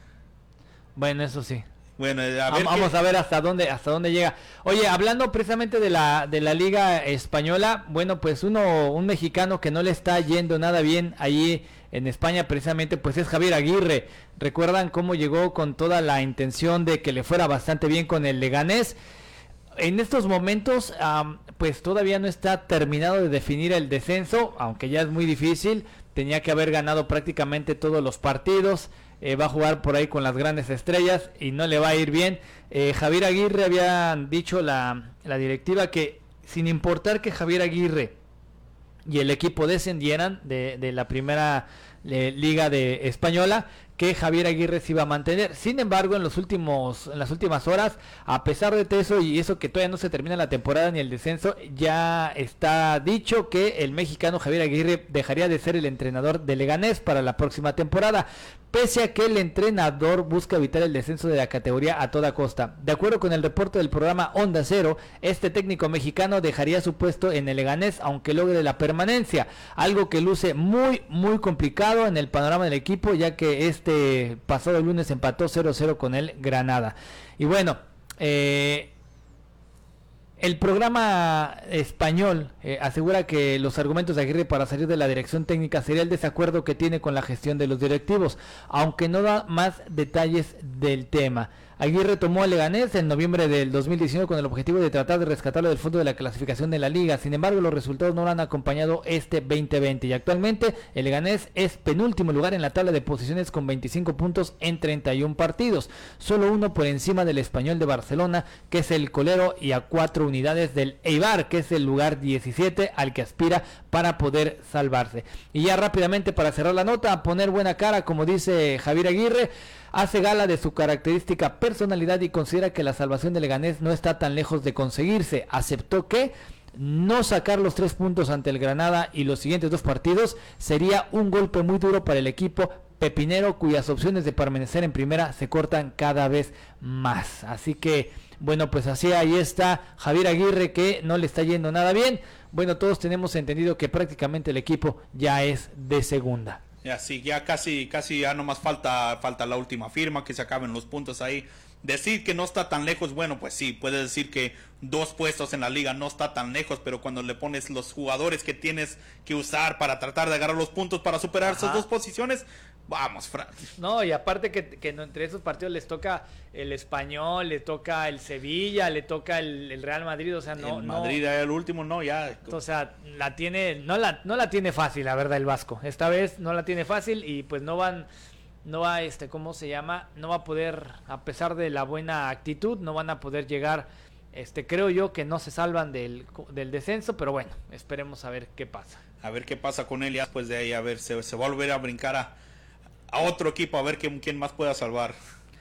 Bueno, eso sí. Bueno, a ver vamos qué... a ver hasta dónde hasta dónde llega. Oye, hablando precisamente de la de la Liga Española, bueno, pues uno un mexicano que no le está yendo nada bien allí en España precisamente, pues es Javier Aguirre. Recuerdan cómo llegó con toda la intención de que le fuera bastante bien con el Leganés. En estos momentos, um, pues todavía no está terminado de definir el descenso, aunque ya es muy difícil. Tenía que haber ganado prácticamente todos los partidos. Eh, va a jugar por ahí con las grandes estrellas y no le va a ir bien. Eh, Javier Aguirre había dicho la, la directiva que sin importar que Javier Aguirre y el equipo descendieran de, de la primera eh, liga de española, que Javier Aguirre se iba a mantener. Sin embargo, en los últimos, en las últimas horas, a pesar de eso y eso que todavía no se termina la temporada ni el descenso, ya está dicho que el mexicano Javier Aguirre dejaría de ser el entrenador de Leganés para la próxima temporada, pese a que el entrenador busca evitar el descenso de la categoría a toda costa. De acuerdo con el reporte del programa Onda Cero, este técnico mexicano dejaría su puesto en el Leganés aunque logre la permanencia, algo que luce muy muy complicado en el panorama del equipo, ya que este Este pasado lunes empató cero cero con el Granada. Y bueno, eh, el programa español eh, asegura que los argumentos de Aguirre para salir de la dirección técnica sería el desacuerdo que tiene con la gestión de los directivos, aunque no da más detalles del tema. Aguirre tomó a Leganés en noviembre del dos mil diecinueve con el objetivo de tratar de rescatarlo del fondo de la clasificación de la liga. Sin embargo, los resultados no lo han acompañado este veinte veinte y actualmente el Leganés es penúltimo lugar en la tabla de posiciones con veinticinco puntos en treinta y un partidos, solo uno por encima del Español de Barcelona, que es el colero, y a cuatro unidades del Eibar, que es el lugar diecisiete al que aspira para poder salvarse. Y ya rápidamente para cerrar la nota, a poner buena cara, como dice Javier Aguirre, hace gala de su característica personalidad y considera que la salvación de Leganés no está tan lejos de conseguirse. Aceptó que no sacar los tres puntos ante el Granada y los siguientes dos partidos sería un golpe muy duro para el equipo pepinero, cuyas opciones de permanecer en primera se cortan cada vez más. Así que, bueno, pues así ahí está Javier Aguirre, que no le está yendo nada bien. Bueno, todos tenemos entendido que prácticamente el equipo ya es de segunda. Ya sí, ya casi, casi ya nomás falta, falta la última firma, que se acaben los puntos ahí. Decir que no está tan lejos, bueno, pues sí, puedes decir que dos puestos en la liga no está tan lejos, pero cuando le pones los jugadores que tienes que usar para tratar de agarrar los puntos para superar Ajá. esas dos posiciones, vamos, Fran. No, y aparte que, que no, entre esos partidos les toca el Español, le toca el Sevilla, le toca el, el Real Madrid, o sea, no. El Madrid, no, el último no, ya. O sea, la tiene, no la, no la tiene fácil, la verdad, el Vasco. Esta vez no la tiene fácil y pues no van, no va, este, ¿cómo se llama? No va a poder, a pesar de la buena actitud, no van a poder llegar, este, creo yo que no se salvan del, del descenso, pero bueno, esperemos a ver qué pasa. A ver qué pasa con él y después de ahí, a ver, se, se va a volver a brincar a, a otro equipo, a ver quién, quién más pueda salvar.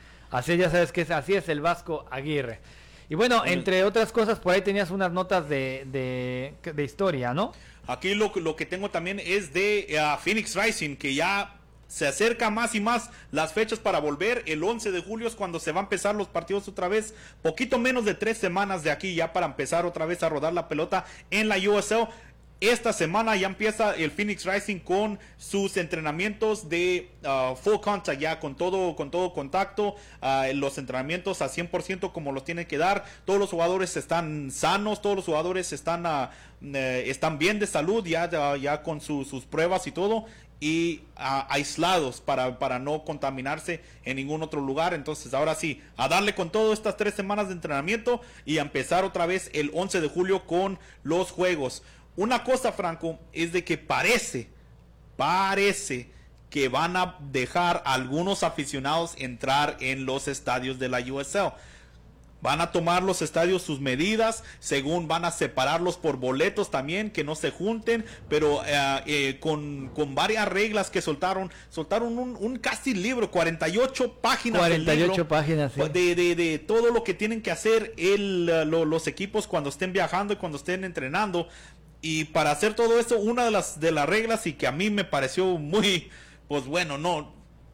Así ya sabes que es, así es el Vasco Aguirre. Y bueno, entre otras cosas, por ahí tenías unas notas de, de, de historia, ¿no? Aquí lo, lo que tengo también es de uh, Phoenix Rising, que ya se acerca más y más las fechas para volver. El once de julio es cuando se van a empezar los partidos otra vez. Poquito menos de tres semanas de aquí ya para empezar otra vez a rodar la pelota en la U S L. esta semana ya empieza el Phoenix Rising con sus entrenamientos de uh, full contact, ya con todo, con todo contacto, uh, los entrenamientos a cien por ciento como los tienen que dar. Todos los jugadores están sanos, todos los jugadores están, uh, eh, están bien de salud, ya, ya, ya con su, sus pruebas y todo, y uh, aislados para, para no contaminarse en ningún otro lugar. Entonces ahora sí, a darle con todo estas tres semanas de entrenamiento y a empezar otra vez el once de julio con los juegos. Una cosa, Franco, es de que parece, parece que van a dejar a algunos aficionados entrar en los estadios de la U S L. Van a tomar los estadios sus medidas, según van a separarlos por boletos también, que no se junten, pero eh, eh, con, con varias reglas que soltaron, soltaron un, un casi libro, cuarenta y ocho páginas cuarenta y ocho libro, páginas, sí. de, de, de todo lo que tienen que hacer el, lo, los equipos cuando estén viajando y cuando estén entrenando. Y para hacer todo esto, una de las, de las reglas y que a mí me pareció muy, pues bueno, no...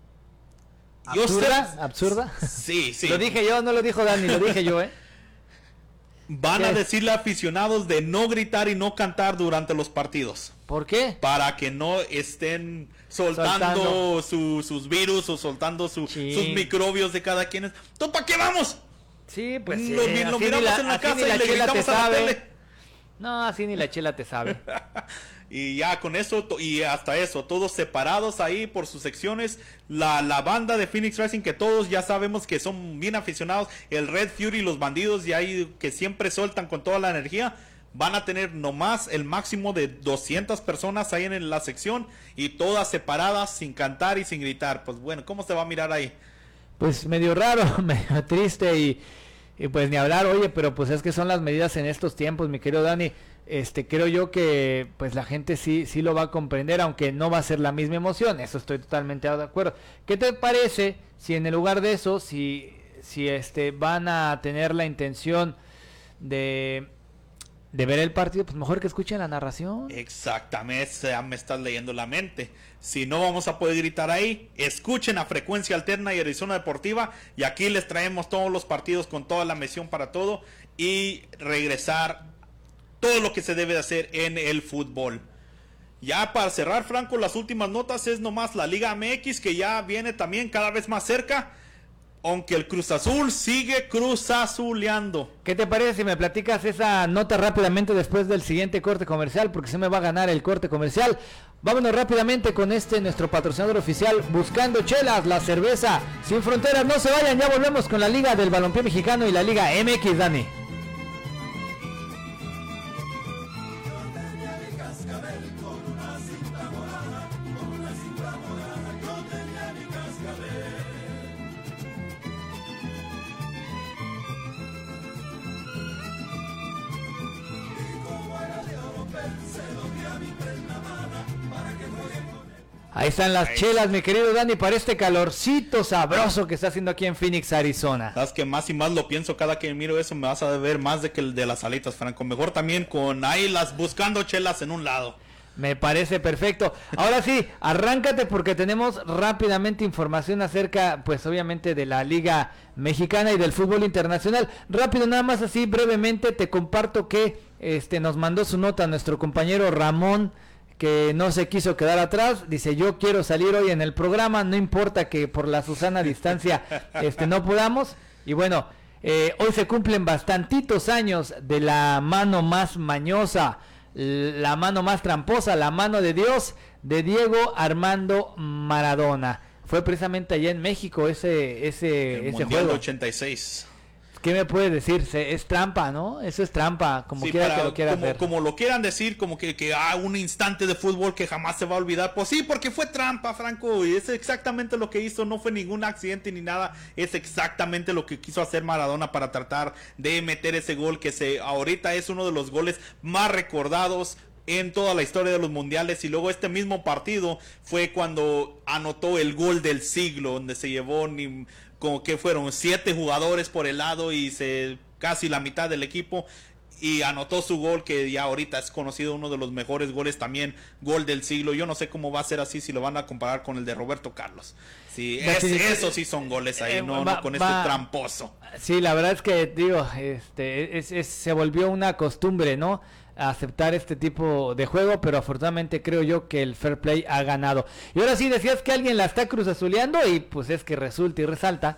¿Absurda? Sé, ¿Absurda? Sí, sí. Lo dije yo, no lo dijo Dani, lo dije yo, ¿eh? Van ¿Qué? a decirle a aficionados de no gritar y no cantar durante los partidos. ¿Por qué? Para que no estén soltando, Soltando. Su, sus virus o soltando su, Sí. sus microbios de cada quien. ¿Tú para qué vamos? Sí, pues sí. Lo, lo así miramos ni la- en la así ni casa la y le chela te gritamos a la sabe. tele. No, así ni la chela te sabe. Y ya con eso, to- y hasta eso, todos separados ahí por sus secciones. La, la banda de Phoenix Rising, que todos ya sabemos que son bien aficionados. El Red Fury, los bandidos, y ahí que siempre sueltan con toda la energía. Van a tener nomás el máximo de doscientas personas ahí en la sección. Y todas separadas, sin cantar y sin gritar. Pues bueno, ¿cómo se va a mirar ahí? Pues medio raro, medio triste y, y pues ni hablar, oye, pero pues es que son las medidas en estos tiempos, mi querido Dani. Este, creo yo que pues la gente sí, sí lo va a comprender, aunque no va a ser la misma emoción, eso estoy totalmente de acuerdo. ¿Qué te parece si en el lugar de eso, si, si este van a tener la intención de, de ver el partido, pues mejor que escuchen la narración? Exactamente, ya me estás leyendo la mente. Si no vamos a poder gritar ahí, escuchen a Frecuencia Alterna y Arizona Deportiva, y aquí les traemos todos los partidos con toda la mención para todo y regresar todo lo que se debe de hacer en el fútbol. Ya para cerrar, Franco, las últimas notas es nomás la Liga M X, que ya viene también cada vez más cerca, aunque el Cruz Azul sigue cruzazuleando. ¿Qué te parece si me platicas esa nota rápidamente después del siguiente corte comercial? Porque se me va a ganar el corte comercial. Vámonos rápidamente con este, nuestro patrocinador oficial, Buscando Chelas, la cerveza sin fronteras. No se vayan, ya volvemos con la Liga del Balompié Mexicano y la Liga M X, Dani. Ahí están las chelas, mi querido Dani, para este calorcito sabroso que está haciendo aquí en Phoenix, Arizona. Sabes que más y más lo pienso, cada que miro eso me vas a ver más de que el de las alitas, Franco. Mejor también con ahí las Buscando Chelas en un lado. Me parece perfecto. Ahora sí, arráncate porque tenemos rápidamente información acerca, pues obviamente de la Liga Mexicana y del fútbol internacional. Rápido, nada más así brevemente te comparto que este nos mandó su nota nuestro compañero Ramón, que no se quiso quedar atrás. Dice: yo quiero salir hoy en el programa, no importa que por la Susana distancia este no podamos. Y bueno, eh, hoy se cumplen bastantitos años de la mano más mañosa, la mano más tramposa, la mano de Dios, de Diego Armando Maradona. Fue precisamente allá en México ese ese El ese Mundial juego. ochenta y seis. ¿Qué me puede decir? Se- Es trampa, ¿no? Eso es trampa, como Sí, quiera para- que lo quiera como, hacer. como lo quieran decir, como que, que ah, un instante de fútbol que jamás se va a olvidar. Pues sí, porque fue trampa, Franco, y es exactamente lo que hizo. No fue ningún accidente ni nada. Es exactamente lo que quiso hacer Maradona para tratar de meter ese gol que se ahorita es uno de los goles más recordados en toda la historia de los mundiales. Y luego este mismo partido fue cuando anotó el gol del siglo, donde se llevó ni, como que fueron siete jugadores por el lado y se casi la mitad del equipo, y anotó su gol que ya ahorita es conocido uno de los mejores goles también, gol del siglo. Yo no sé cómo va a ser así si lo van a comparar con el de Roberto Carlos. Sí, es, Sí, eso sí son goles ahí, eh, no, va- no con va- este tramposo. Sí, la verdad es que, digo, este, es, es- se volvió una costumbre, ¿no? aceptar este tipo de juego, pero afortunadamente creo yo que el fair play ha ganado. Y ahora sí, decías que alguien la está cruzazuleando y pues es que resulta y resalta.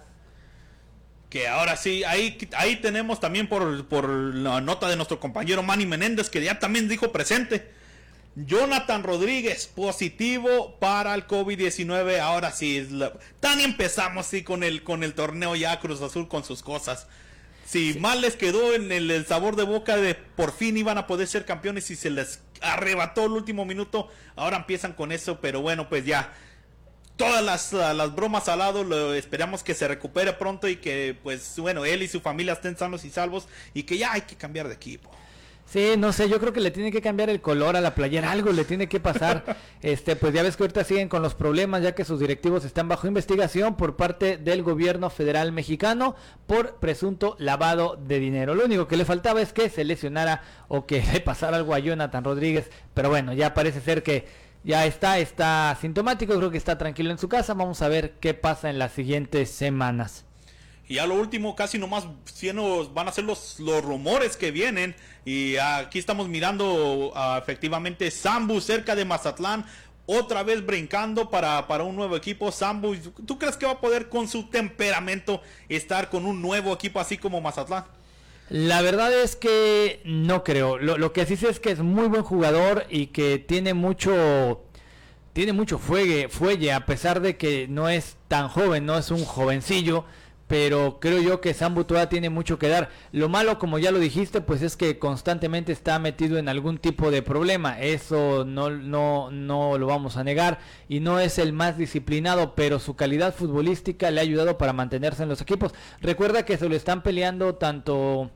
Que ahora sí, ahí, ahí tenemos también por, por la nota de nuestro compañero Manny Menéndez, que ya también dijo presente. Jonathan Rodríguez, positivo para el COVID diecinueve. Ahora sí, la, tan empezamos sí, con, el, con el torneo ya Cruz Azul con sus cosas. Si sí. Mal les quedó en el, el sabor de boca de por fin iban a poder ser campeones y se les arrebató el último minuto, ahora empiezan con eso, pero bueno, pues ya. Todas las, las bromas al lado, lo, esperamos que se recupere pronto y que, pues, bueno, él y su familia estén sanos y salvos y que ya hay que cambiar de equipo. Sí, no sé, yo creo que le tiene que cambiar el color a la playera, algo le tiene que pasar. este, pues ya ves que ahorita siguen con los problemas, ya que sus directivos están bajo investigación por parte del gobierno federal mexicano por presunto lavado de dinero. Lo único que le faltaba es que se lesionara o que le pasara algo a Jonathan Rodríguez, pero bueno, ya parece ser que ya está, está sintomático, creo que está tranquilo en su casa. Vamos a ver qué pasa en las siguientes semanas. Y ya lo último, casi nomás van a ser los, los rumores que vienen. Y aquí estamos mirando uh, efectivamente Sambu cerca de Mazatlán. Otra vez brincando para, para un nuevo equipo. Sambu, ¿tú crees que va a poder con su temperamento estar con un nuevo equipo así como Mazatlán? La verdad es que no creo. Lo, lo que sí sé es que es muy buen jugador y que tiene mucho... Tiene mucho fuelle, fuelle, a pesar de que no es tan joven, no es un jovencillo. Pero creo yo que Sambu todavía tiene mucho que dar. Lo malo, como ya lo dijiste, pues es que constantemente está metido en algún tipo de problema. Eso no, no, no lo vamos a negar. Y no es el más disciplinado, pero su calidad futbolística le ha ayudado para mantenerse en los equipos. Recuerda que se lo están peleando tanto...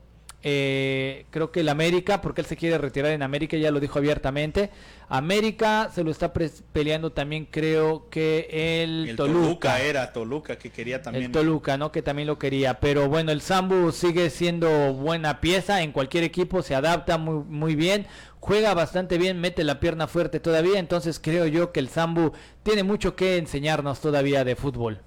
Eh, creo que el América, porque él se quiere retirar en América, ya lo dijo abiertamente. América se lo está peleando también, creo que el, el Toluca. Toluca era Toluca que quería también. El Toluca, ¿no? Que también lo quería. Pero bueno, el Sambu sigue siendo buena pieza en cualquier equipo, se adapta muy, muy bien, juega bastante bien, mete la pierna fuerte todavía. Entonces creo yo que el Sambu tiene mucho que enseñarnos todavía de fútbol.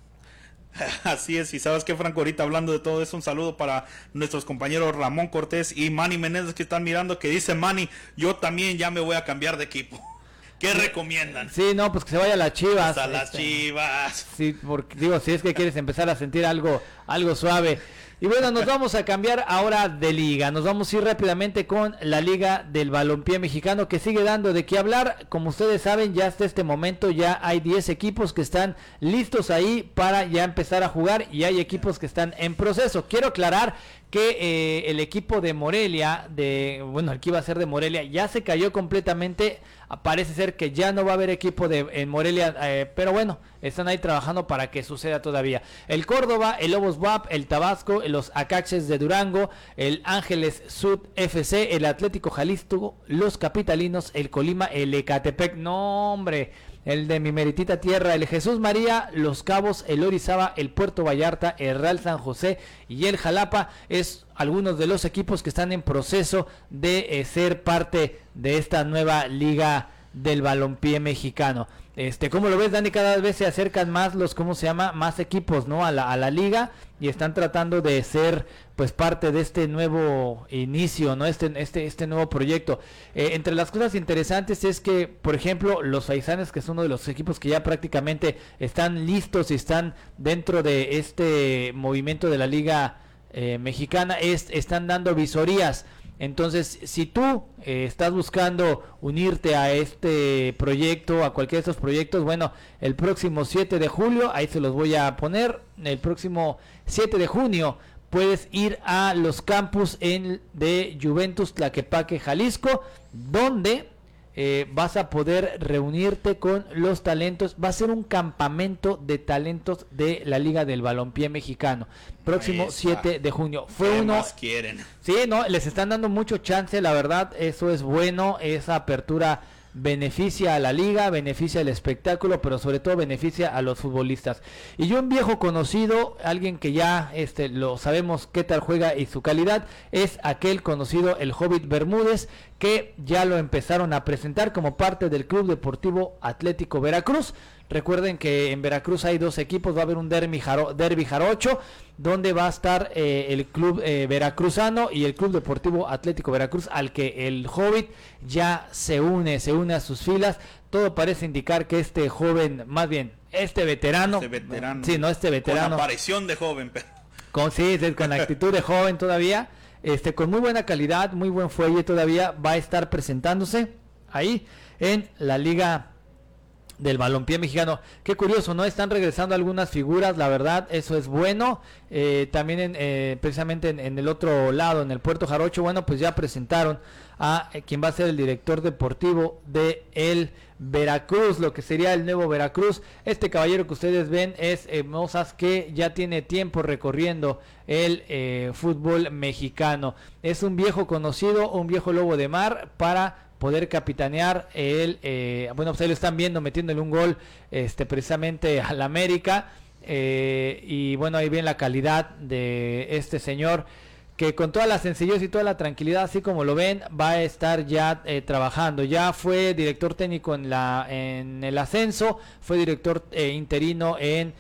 Así es, y sabes que, Franco, ahorita hablando de todo eso, un saludo para nuestros compañeros Ramón Cortés y Manny Menéndez que están mirando, que dice Manny, yo también ya me voy a cambiar de equipo. ¿Qué recomiendan? Sí, no, pues que se vaya a las Chivas. A las este, Chivas. Sí, porque digo, si es que quieres empezar a sentir algo, algo suave. Y bueno, nos vamos a cambiar ahora de liga. Nos vamos a ir rápidamente con la Liga del Balompié Mexicano, que sigue dando de qué hablar. Como ustedes saben, ya hasta este momento ya hay diez equipos que están listos ahí para ya empezar a jugar y hay equipos que están en proceso. Quiero aclarar que eh, el equipo de Morelia, de bueno, el que iba a ser de Morelia, ya se cayó completamente. Parece ser que ya no va a haber equipo de en Morelia, eh, pero bueno, están ahí trabajando para que suceda todavía. El Córdoba, el Lobos B A P, el Tabasco, los Acaches de Durango, el Ángeles Sud F C, el Atlético Jalisco, los Capitalinos, el Colima, el Ecatepec, no hombre, el de mi meritita tierra, el Jesús María, los Cabos, el Orizaba, el Puerto Vallarta, el Real San José y el Jalapa, es algunos de los equipos que están en proceso de eh, ser parte de esta nueva liga del balompié mexicano. Este, ¿cómo lo ves, Dani? Cada vez se acercan más los, ¿cómo se llama? Más equipos, ¿no? A la, a la liga y están tratando de ser, pues, parte de este nuevo inicio, ¿no? Este, este, este nuevo proyecto. Eh, entre las cosas interesantes es que, por ejemplo, los Faisanes, que es uno de los equipos que ya prácticamente están listos y están dentro de este movimiento de la liga eh, mexicana, es, están dando visorías. Entonces, si tú eh, estás buscando unirte a este proyecto, a cualquiera de estos proyectos, bueno, el próximo siete de julio, ahí se los voy a poner, el próximo siete de junio puedes ir a los campus en, de Juventus Tlaquepaque, Jalisco, donde eh, vas a poder reunirte con los talentos. Va a ser un campamento de talentos de la Liga del Balompié Mexicano. Próximo Esa. siete de junio. Fue ¿Qué uno. más quieren? Sí, no, les están dando mucho chance, la verdad, eso es bueno, esa apertura beneficia a la liga, beneficia el espectáculo, pero sobre todo beneficia a los futbolistas. Y yo, un viejo conocido, alguien que ya este lo sabemos qué tal juega y su calidad, es aquel conocido, el Hobbit Bermúdez, que ya lo empezaron a presentar como parte del Club Deportivo Atlético Veracruz. Recuerden que en Veracruz hay dos equipos, va a haber un derby, jaro, derby jarocho, donde va a estar eh, el club eh, veracruzano y el Club Deportivo Atlético Veracruz, al que el Hobbit ya se une, se une a sus filas. Todo parece indicar que este joven, más bien, este veterano, este veterano, sí, no este veterano, con aparición de joven, pero con sí, con actitud de joven todavía, este, con muy buena calidad, muy buen fuelle todavía, va a estar presentándose ahí en la Liga del Balompié Mexicano. Qué curioso, ¿no? Están regresando algunas figuras, la verdad, eso es bueno. Eh, también en, eh, precisamente en, en el otro lado, en el Puerto Jarocho, bueno, pues ya presentaron a eh, quien va a ser el director deportivo de el Veracruz, lo que sería el nuevo Veracruz. Este caballero que ustedes ven es eh, Mozas, que ya tiene tiempo recorriendo el eh, fútbol mexicano. Es un viejo conocido, un viejo lobo de mar para poder capitanear el, eh, bueno, pues ahí lo están viendo metiéndole un gol este precisamente al América, eh, y bueno, ahí ven la calidad de este señor, que con toda la sencillez y toda la tranquilidad, así como lo ven, va a estar ya eh, trabajando. Ya fue director técnico en la en el ascenso, fue director eh, interino en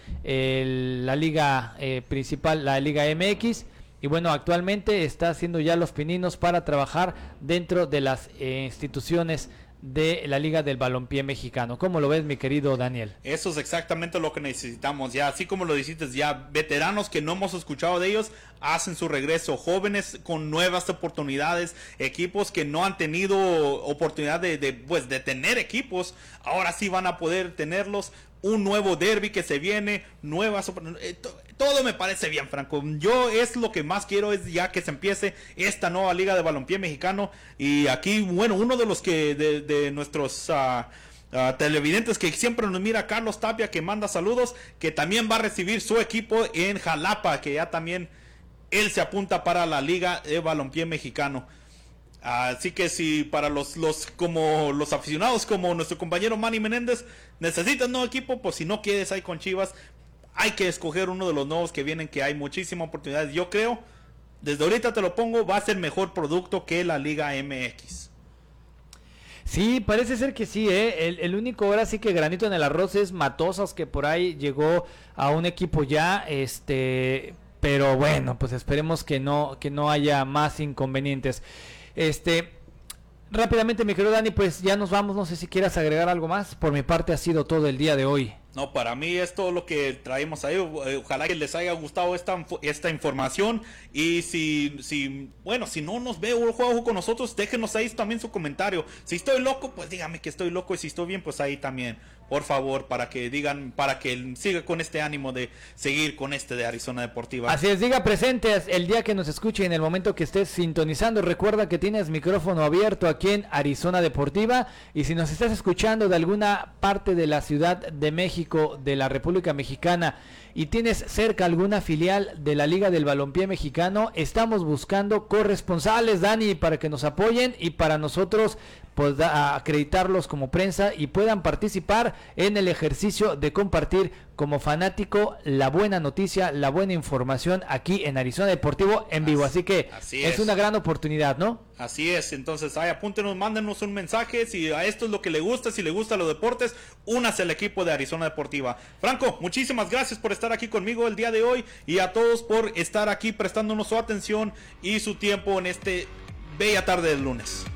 el, la liga eh, principal, la Liga M X, y bueno, actualmente está haciendo ya los pininos para trabajar dentro de las eh, instituciones de la Liga del Balompié Mexicano. ¿Cómo lo ves, mi querido Daniel? Eso es exactamente lo que necesitamos, ya así como lo dijiste, ya veteranos que no hemos escuchado de ellos hacen su regreso, jóvenes con nuevas oportunidades, equipos que no han tenido oportunidad de, de, pues, de tener equipos, ahora sí van a poder tenerlos. Un nuevo derby que se viene, nuevas, eh, to, todo me parece bien, Franco. Yo es lo que más quiero, es ya que se empiece esta nueva Liga de Balompié Mexicano. Y aquí, bueno, uno de los que de, de nuestros uh, uh, televidentes que siempre nos mira, Carlos Tapia, que manda saludos, que también va a recibir su equipo en Jalapa, que ya también él se apunta para la Liga de Balompié Mexicano. Así que si para los los como los aficionados como nuestro compañero Manny Menéndez necesitan nuevo equipo, pues si no quieres ahí con Chivas, hay que escoger uno de los nuevos que vienen, que hay muchísimas oportunidades. Yo creo, desde ahorita te lo pongo, va a ser mejor producto que la Liga M X. Sí, parece ser que sí, ¿eh? El, el único ahora sí que granito en el arroz es Matosas, que por ahí llegó a un equipo ya, este, pero bueno, pues esperemos que no, que no haya más inconvenientes. Este, rápidamente, mi querido Dani, pues ya nos vamos, no sé si quieras agregar algo más. Por mi parte ha sido todo el día de hoy. No, para mí es todo lo que traemos ahí. Ojalá que les haya gustado esta, esta información. Y si, si, bueno, si no nos ve o juego con nosotros, déjenos ahí también su comentario. Si estoy loco, pues dígame que estoy loco. Y si estoy bien, pues ahí también, por favor, para que digan, para que siga con este ánimo de seguir con este de Arizona Deportiva. Así es, diga presente el día que nos escuche, en el momento que estés sintonizando. Recuerda que tienes micrófono abierto aquí en Arizona Deportiva. Y si nos estás escuchando de alguna parte de la Ciudad de México, de la República Mexicana, y tienes cerca alguna filial de la Liga del Balompié Mexicano, estamos buscando corresponsales, Dani, para que nos apoyen y para nosotros pues acreditarlos como prensa y puedan participar en el ejercicio de compartir como fanático la buena noticia, la buena información aquí en Arizona Deportivo en vivo. Así que Así es. es una gran oportunidad, ¿no? Así es, entonces ahí apúntenos, mándenos un mensaje, si a esto es lo que le gusta, si le gustan los deportes, únase al equipo de Arizona Deportiva. Franco, muchísimas gracias por estar aquí conmigo el día de hoy y a todos por estar aquí prestándonos su atención y su tiempo en este bella tarde del lunes.